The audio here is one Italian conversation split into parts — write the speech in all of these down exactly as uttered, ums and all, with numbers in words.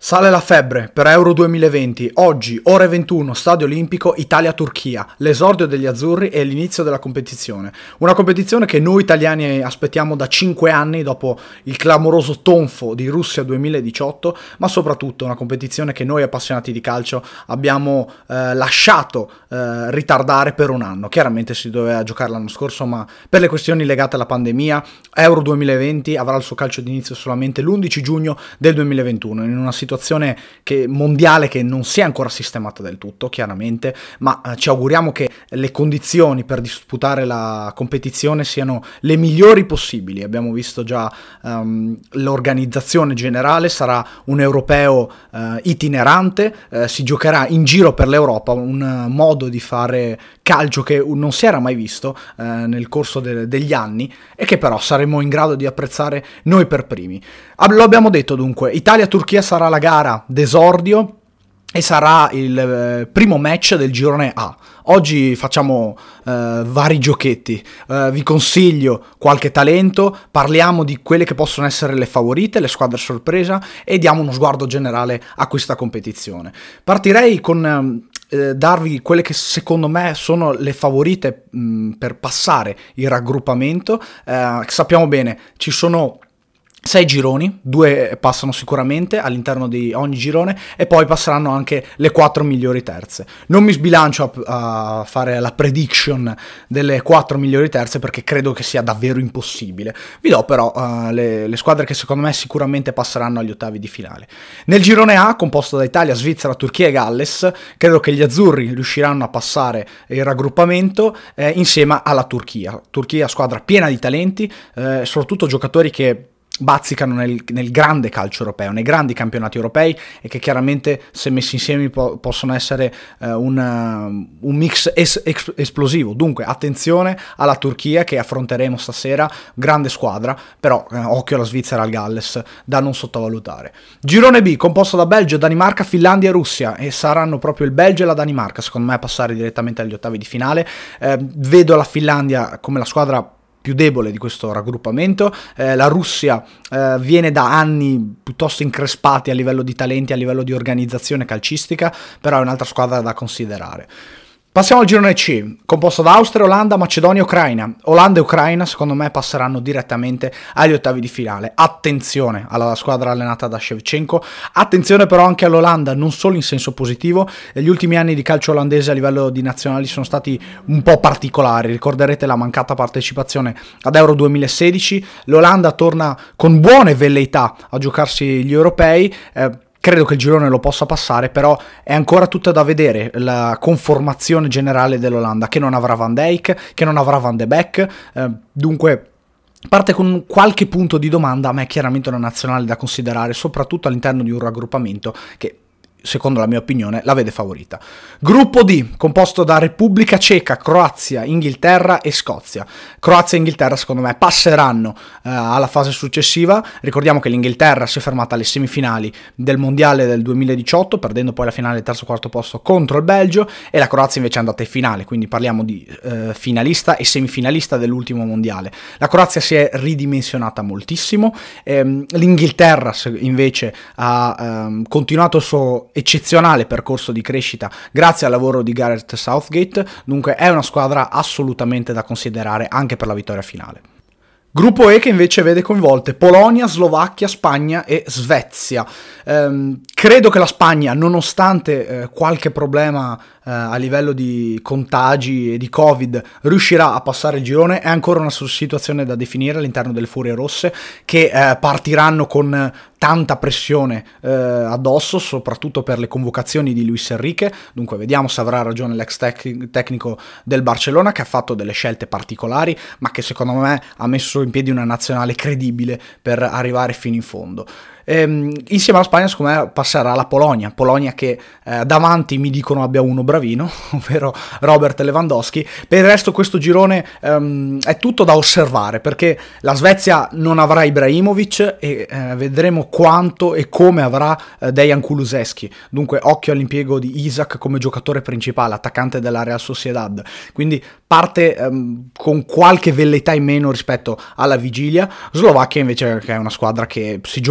Sale la febbre per Euro duemilaventi, oggi ore ventuno, Stadio Olimpico, Italia-Turchia, l'esordio degli azzurri e l'inizio della competizione. Una competizione che noi italiani aspettiamo da cinque anni dopo il clamoroso tonfo di Russia duemiladiciotto, ma soprattutto una competizione che noi appassionati di calcio abbiamo eh, lasciato eh, ritardare per un anno. Chiaramente si doveva giocare l'anno scorso, ma per le questioni legate alla pandemia, Euro duemilaventi avrà il suo calcio d'inizio solamente l'undici giugno del duemilaventuno, in una situazione che, mondiale che non si è ancora sistemata del tutto, chiaramente, ma eh, ci auguriamo che le condizioni per disputare la competizione siano le migliori possibili. Abbiamo visto già um, l'organizzazione generale, sarà un europeo uh, itinerante, uh, si giocherà in giro per l'Europa, un uh, modo di fare calcio che non si era mai visto uh, nel corso de- degli anni e che però saremo in grado di apprezzare noi per primi. Ab- lo abbiamo detto dunque, Italia-Turchia sarà la gara d'esordio e sarà il eh, primo match del girone A. Oggi facciamo eh, vari giochetti, eh, vi consiglio qualche talento, parliamo di quelle che possono essere le favorite, le squadre sorpresa e diamo uno sguardo generale a questa competizione. Partirei con eh, darvi quelle che secondo me sono le favorite mh, per passare il raggruppamento. Eh, sappiamo bene, ci sono sei gironi, due passano sicuramente all'interno di ogni girone e poi passeranno anche le quattro migliori terze. Non mi sbilancio a, a fare la prediction delle quattro migliori terze perché credo che sia davvero impossibile. Vi do però uh, le, le squadre che secondo me sicuramente passeranno agli ottavi di finale. Nel girone A, composto da Italia, Svizzera, Turchia e Galles, credo che gli azzurri riusciranno a passare il raggruppamento eh, insieme alla Turchia. Turchia, squadra piena di talenti, eh, soprattutto giocatori che bazzicano nel, nel grande calcio europeo, nei grandi campionati europei e che chiaramente se messi insieme po- possono essere uh, un, uh, un mix es- es- esplosivo. Dunque attenzione alla Turchia che affronteremo stasera, grande squadra, però uh, occhio alla Svizzera e al Galles da non sottovalutare. Girone B composto da Belgio, Danimarca, Finlandia e Russia e saranno proprio il Belgio e la Danimarca secondo me a passare direttamente agli ottavi di finale. Uh, vedo la Finlandia come la squadra più debole di questo raggruppamento. Eh, la Russia eh, viene da anni piuttosto increspati a livello di talenti, a livello di organizzazione calcistica, però è un'altra squadra da considerare. Passiamo al girone C, composto da Austria, Olanda, Macedonia e Ucraina. Olanda e Ucraina, secondo me, passeranno direttamente agli ottavi di finale. Attenzione alla squadra allenata da Shevchenko, attenzione però anche all'Olanda, non solo in senso positivo. Gli ultimi anni di calcio olandese a livello di nazionali sono stati un po' particolari. Ricorderete la mancata partecipazione ad Euro duemilasedici. L'Olanda torna con buone velleità a giocarsi gli europei. Eh, Credo che il girone lo possa passare, però è ancora tutta da vedere la conformazione generale dell'Olanda, che non avrà Van Dijk, che non avrà Van de Beek, eh, dunque parte con qualche punto di domanda. A me è chiaramente una nazionale da considerare, soprattutto all'interno di un raggruppamento che, secondo la mia opinione, la vede favorita. Gruppo D, composto da Repubblica Ceca, Croazia, Inghilterra e Scozia. Croazia e Inghilterra, secondo me, passeranno uh, alla fase successiva. Ricordiamo che l'Inghilterra si è fermata alle semifinali del Mondiale del duemiladiciotto, perdendo poi la finale terzo e quarto posto contro il Belgio, e la Croazia invece è andata in finale, quindi parliamo di uh, finalista e semifinalista dell'ultimo Mondiale. La Croazia si è ridimensionata moltissimo, ehm, l'Inghilterra invece ha um, continuato il suo eccezionale percorso di crescita grazie al lavoro di Gareth Southgate, dunque è una squadra assolutamente da considerare anche per la vittoria finale. Gruppo E che invece vede coinvolte Polonia, Slovacchia, Spagna e Svezia. Ehm, credo che la Spagna, nonostante eh, qualche problema eh, a livello di contagi e di Covid, riuscirà a passare il girone. È ancora una situazione da definire all'interno delle Furie Rosse, che eh, partiranno con tanta pressione eh, addosso, soprattutto per le convocazioni di Luis Enrique. Dunque vediamo se avrà ragione l'ex tec- tecnico del Barcellona, che ha fatto delle scelte particolari, ma che secondo me ha messo in piedi una nazionale credibile per arrivare fino in fondo. Ehm, insieme alla Spagna secondo me passerà la Polonia, Polonia che eh, davanti mi dicono abbia uno bravino, ovvero Robert Lewandowski. Per il resto questo girone ehm, è tutto da osservare, perché la Svezia non avrà Ibrahimovic e eh, vedremo quanto e come avrà eh, Dejan Kulusevski, dunque occhio all'impiego di Isak come giocatore principale, attaccante della Real Sociedad, quindi parte ehm, con qualche velleità in meno rispetto alla vigilia. Slovacchia invece che è una squadra che si giocherà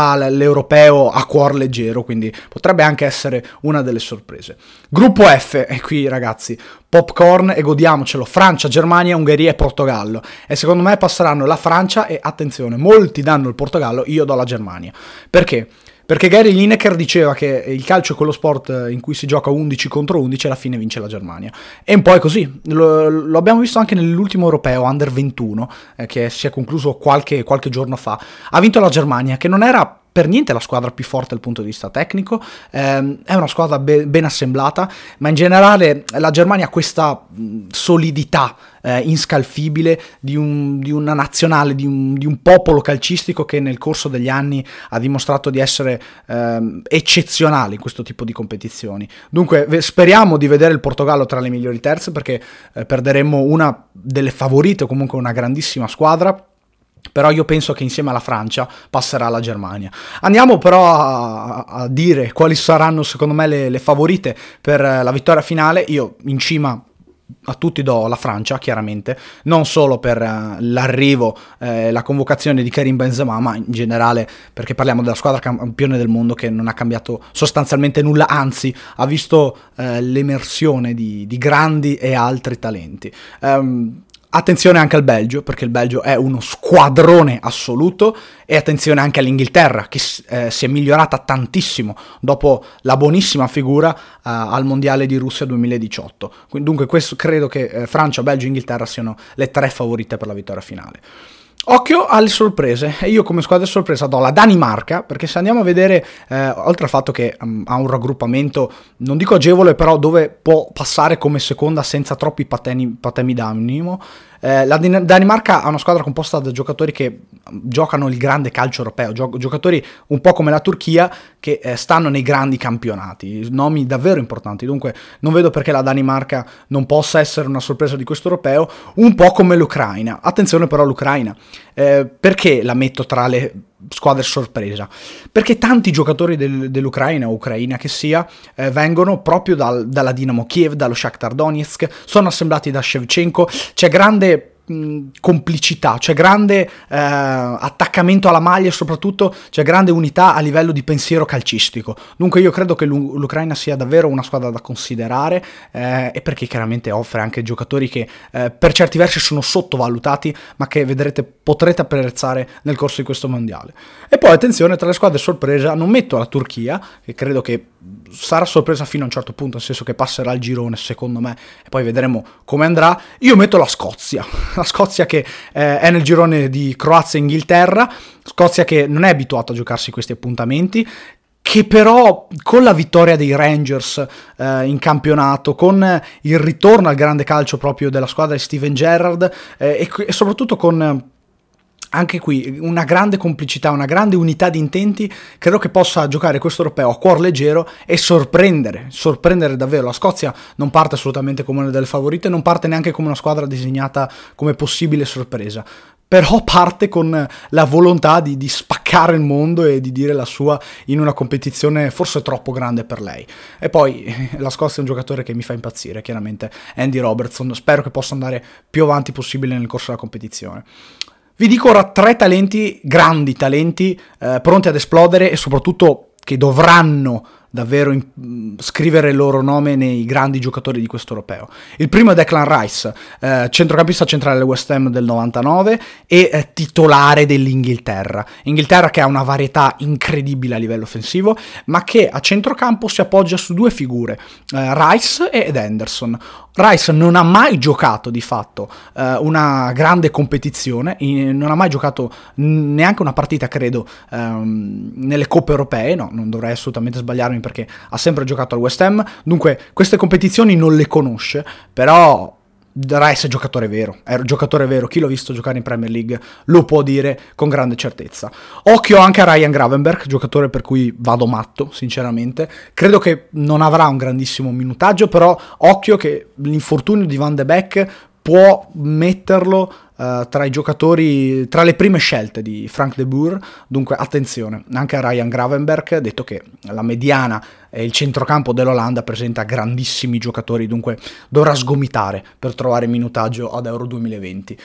fa l'europeo a cuor leggero, quindi potrebbe anche essere una delle sorprese. Gruppo F, e qui ragazzi, popcorn e godiamocelo, Francia, Germania, Ungheria e Portogallo, e secondo me passeranno la Francia e, attenzione, molti danno il Portogallo, io do la Germania. Perché? Perché Gary Lineker diceva che il calcio è quello sport in cui si gioca undici contro undici e alla fine vince la Germania. E un po' è così, lo, lo abbiamo visto anche nell'ultimo europeo Under ventuno, eh, che si è concluso qualche, qualche giorno fa. Ha vinto la Germania, che non era per niente la squadra più forte dal punto di vista tecnico, ehm, è una squadra be- ben assemblata, ma in generale la Germania ha questa mh, solidità eh, inscalfibile di, un, di una nazionale, di un, di un popolo calcistico che nel corso degli anni ha dimostrato di essere ehm, eccezionale in questo tipo di competizioni. Dunque ve- speriamo di vedere il Portogallo tra le migliori terze, perché eh, perderemmo una delle favorite, o comunque una grandissima squadra. Però io penso che insieme alla Francia passerà la Germania. Andiamo però a, a dire quali saranno secondo me le, le favorite per la vittoria finale. Io in cima a tutti do la Francia, chiaramente, non solo per uh, l'arrivo e eh, la convocazione di Karim Benzema, ma in generale perché parliamo della squadra campione del mondo che non ha cambiato sostanzialmente nulla, anzi ha visto uh, l'emersione di, di grandi e altri talenti. Um, Attenzione anche al Belgio, perché il Belgio è uno squadrone assoluto, e attenzione anche all'Inghilterra, che eh, si è migliorata tantissimo dopo la buonissima figura eh, al Mondiale di Russia duemiladiciotto. Dunque questo, credo che eh, Francia, Belgio e Inghilterra siano le tre favorite per la vittoria finale. Occhio alle sorprese, e io come squadra sorpresa do la Danimarca, perché se andiamo a vedere, eh, oltre al fatto che um, ha un raggruppamento, non dico agevole, però dove può passare come seconda senza troppi pateni, patemi d'animo, eh, la Din- Danimarca ha una squadra composta da giocatori che giocano il grande calcio europeo, gio- giocatori un po' come la Turchia che eh, stanno nei grandi campionati, nomi davvero importanti. Dunque non vedo perché la Danimarca non possa essere una sorpresa di questo europeo, un po' come l'Ucraina. Attenzione però all'Ucraina, eh, perché la metto tra le squadre sorpresa? Perché tanti giocatori del, dell'Ucraina o Ucraina che sia eh, vengono proprio dal, dalla Dinamo Kiev, dallo Shakhtar Donetsk, sono assemblati da Shevchenko, c'è grande mh, complicità, c'è grande eh, attaccamento alla maglia e soprattutto c'è grande unità a livello di pensiero calcistico. Dunque io credo che l'U- l'Ucraina sia davvero una squadra da considerare, eh, e perché chiaramente offre anche giocatori che eh, per certi versi sono sottovalutati, ma che vedrete potrete apprezzare nel corso di questo mondiale. E poi attenzione, tra le squadre sorpresa non metto la Turchia, che credo che sarà sorpresa fino a un certo punto, nel senso che passerà il girone secondo me e poi vedremo come andrà. Io metto la Scozia, la Scozia che eh, è nel girone di Croazia e Inghilterra, Scozia che non è abituata a giocarsi questi appuntamenti, che però con la vittoria dei Rangers eh, in campionato, con il ritorno al grande calcio proprio della squadra di Steven Gerrard eh, e, e soprattutto con anche qui una grande complicità, una grande unità di intenti, credo che possa giocare questo europeo a cuor leggero e sorprendere, sorprendere davvero. La Scozia non parte assolutamente come una delle favorite, non parte neanche come una squadra disegnata come possibile sorpresa, però parte con la volontà di, di spaccare il mondo e di dire la sua in una competizione forse troppo grande per lei. E poi la Scozia è un giocatore che mi fa impazzire, chiaramente Andy Robertson, spero che possa andare più avanti possibile nel corso della competizione. Vi dico ora tre talenti, grandi talenti, eh, pronti ad esplodere e soprattutto che dovranno davvero in, scrivere il loro nome nei grandi giocatori di questo europeo. Il primo è Declan Rice, eh, centrocampista centrale del West Ham del novantanove e eh, titolare dell'Inghilterra. Inghilterra che ha una varietà incredibile a livello offensivo, ma che a centrocampo si appoggia su due figure, eh, Rice ed Henderson. Rice non ha mai giocato di fatto eh, una grande competizione, in, non ha mai giocato neanche una partita, credo, ehm, nelle coppe europee, no, non dovrei assolutamente sbagliarmi perché ha sempre giocato al West Ham, dunque queste competizioni non le conosce, però Rice è giocatore vero, è giocatore vero, chi l'ha visto giocare in Premier League lo può dire con grande certezza. Occhio anche a Ryan Gravenberch, giocatore per cui vado matto sinceramente, credo che non avrà un grandissimo minutaggio, però occhio che l'infortunio di Van de Beek può metterlo uh, tra i giocatori, tra le prime scelte di Frank de Boer, dunque attenzione anche a Ryan Gravenberch, detto che la mediana e il centrocampo dell'Olanda presenta grandissimi giocatori, dunque dovrà sgomitare per trovare minutaggio ad Euro duemilaventi.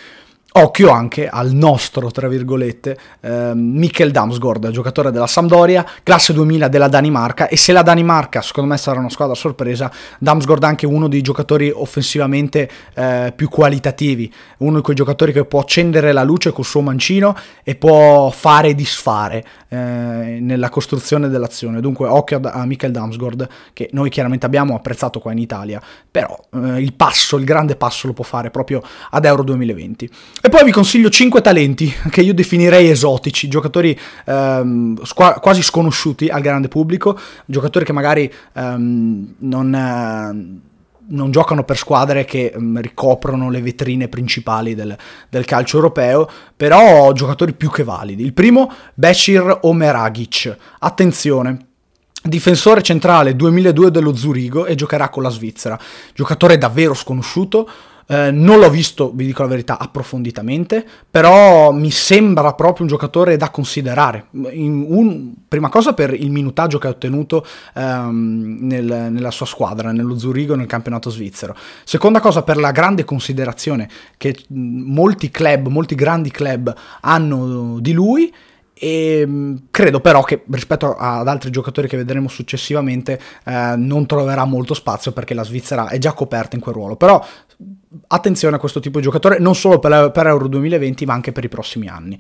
Occhio anche al nostro, tra virgolette, eh, Mikkel Damsgaard, giocatore della Sampdoria, classe duemila della Danimarca, e se la Danimarca secondo me sarà una squadra sorpresa, Damsgaard è anche uno dei giocatori offensivamente eh, più qualitativi, uno di quei giocatori che può accendere la luce col suo mancino e può fare e disfare eh, nella costruzione dell'azione. Dunque occhio a, a Mikkel Damsgaard, che noi chiaramente abbiamo apprezzato qua in Italia, però eh, il passo, il grande passo lo può fare proprio ad Euro duemilaventi. E poi vi consiglio cinque talenti che io definirei esotici, giocatori ehm, squa- quasi sconosciuti al grande pubblico, giocatori che magari ehm, non, eh, non giocano per squadre che ehm, ricoprono le vetrine principali del, del calcio europeo, però giocatori più che validi. Il primo, Beşir Omeragic. Attenzione, difensore centrale duemiladue dello Zurigo e giocherà con la Svizzera. Giocatore davvero sconosciuto. Eh, non l'ho visto, vi dico la verità, approfonditamente, però mi sembra proprio un giocatore da considerare. In un, prima cosa per il minutaggio che ha ottenuto ehm, nel, nella sua squadra, nello Zurigo, nel campionato svizzero. Seconda cosa per la grande considerazione che molti club, molti grandi club hanno di lui. E credo però che rispetto ad altri giocatori che vedremo successivamente eh, non troverà molto spazio, perché la Svizzera è già coperta in quel ruolo. Però attenzione a questo tipo di giocatore, non solo per, per Euro duemilaventi ma anche per i prossimi anni.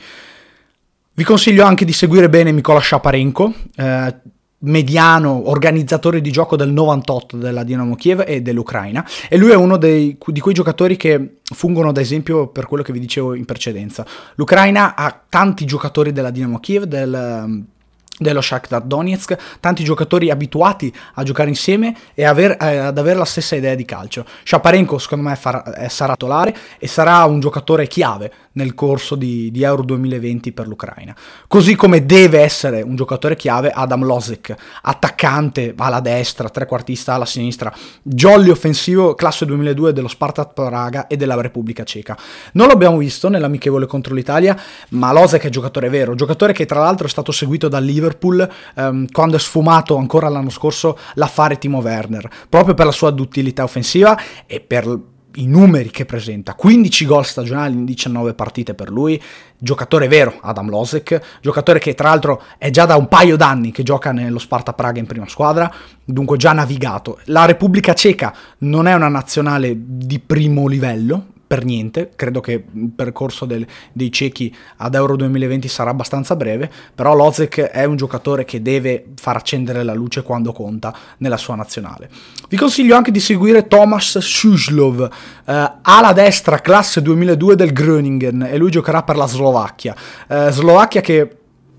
Vi consiglio anche di seguire bene Mykola Shaparenko, eh, mediano, organizzatore di gioco del novantotto della Dinamo Kiev e dell'Ucraina, e lui è uno dei, di quei giocatori che fungono da esempio per quello che vi dicevo in precedenza. L'Ucraina ha tanti giocatori della Dinamo Kiev, del dello Shakhtar Donetsk, tanti giocatori abituati a giocare insieme e aver, eh, ad avere la stessa idea di calcio. Shaparenko secondo me farà, eh, sarà titolare e sarà un giocatore chiave nel corso di, di Euro duemilaventi per l'Ucraina, così come deve essere un giocatore chiave Adam Losek, attaccante alla destra, trequartista alla sinistra, jolly offensivo, classe duemiladue dello Spartak Praga e della Repubblica Ceca. Non l'abbiamo visto nell'amichevole contro l'Italia, ma Losek è giocatore vero, giocatore che tra l'altro è stato seguito dal Liverpool ehm, quando è sfumato ancora l'anno scorso l'affare Timo Werner, proprio per la sua duttilità offensiva e per i numeri che presenta. quindici gol stagionali in diciannove partite per lui, giocatore vero Adam Losek, giocatore che tra l'altro è già da un paio d'anni che gioca nello Sparta Praga in prima squadra, dunque già navigato. La Repubblica Ceca non è una nazionale di primo livello, per niente, credo che il percorso del, dei cechi ad Euro duemilaventi sarà abbastanza breve, però Losek è un giocatore che deve far accendere la luce quando conta nella sua nazionale. Vi consiglio anche di seguire Tomas Suslov, eh, ala destra classe duemiladue del Groningen, e lui giocherà per la Slovacchia. Eh, Slovacchia che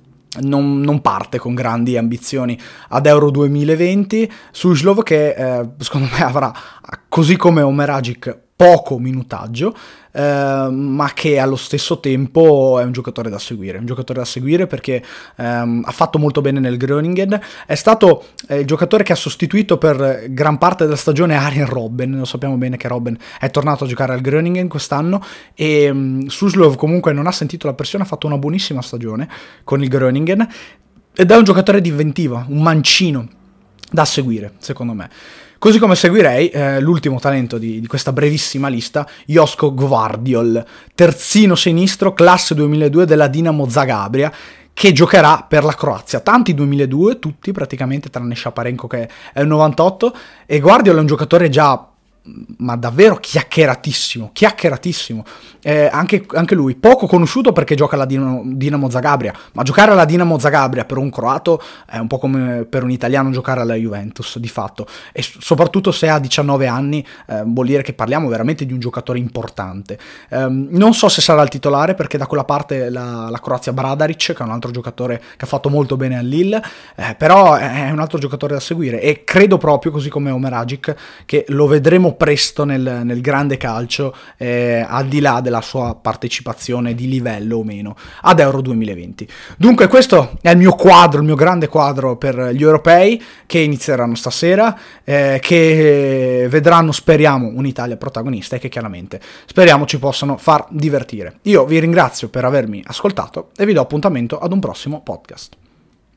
Non, non parte con grandi ambizioni ad Euro duemilaventi. Suslov che eh, secondo me avrà, così come Omeragic, poco minutaggio, eh, ma che allo stesso tempo è un giocatore da seguire, un giocatore da seguire perché ehm, ha fatto molto bene nel Groningen, è stato eh, il giocatore che ha sostituito per gran parte della stagione Arjen Robben. Lo sappiamo bene che Robben è tornato a giocare al Groningen quest'anno e um, Suslov comunque non ha sentito la pressione, ha fatto una buonissima stagione con il Groningen ed è un giocatore di inventiva, un mancino da seguire secondo me. Così come seguirei eh, l'ultimo talento di, di questa brevissima lista, Joško Gvardiol, terzino sinistro, classe duemiladue della Dinamo Zagabria, che giocherà per la Croazia. Tanti duemiladue, tutti praticamente, tranne Shaparenko che è il novantotto, e Gvardiol è un giocatore già ma davvero chiacchieratissimo, chiacchieratissimo. Eh, anche, anche lui poco conosciuto perché gioca alla Dinamo, Dinamo Zagabria, ma giocare alla Dinamo Zagabria per un croato è un po' come per un italiano giocare alla Juventus di fatto, e soprattutto se ha diciannove anni eh, vuol dire che parliamo veramente di un giocatore importante. Eh, non so se sarà il titolare perché da quella parte la, la Croazia Bradaric, che è un altro giocatore che ha fatto molto bene al Lille, eh, però è un altro giocatore da seguire e credo proprio, così come Omeragic, che lo vedremo presto nel, nel grande calcio, eh, al di là della sua partecipazione di livello o meno ad Euro duemilaventi. Dunque questo è il mio quadro, il mio grande quadro per gli europei che inizieranno stasera, eh, che vedranno, speriamo, un'Italia protagonista e che chiaramente speriamo ci possano far divertire. Io vi ringrazio per avermi ascoltato e vi do appuntamento ad un prossimo podcast.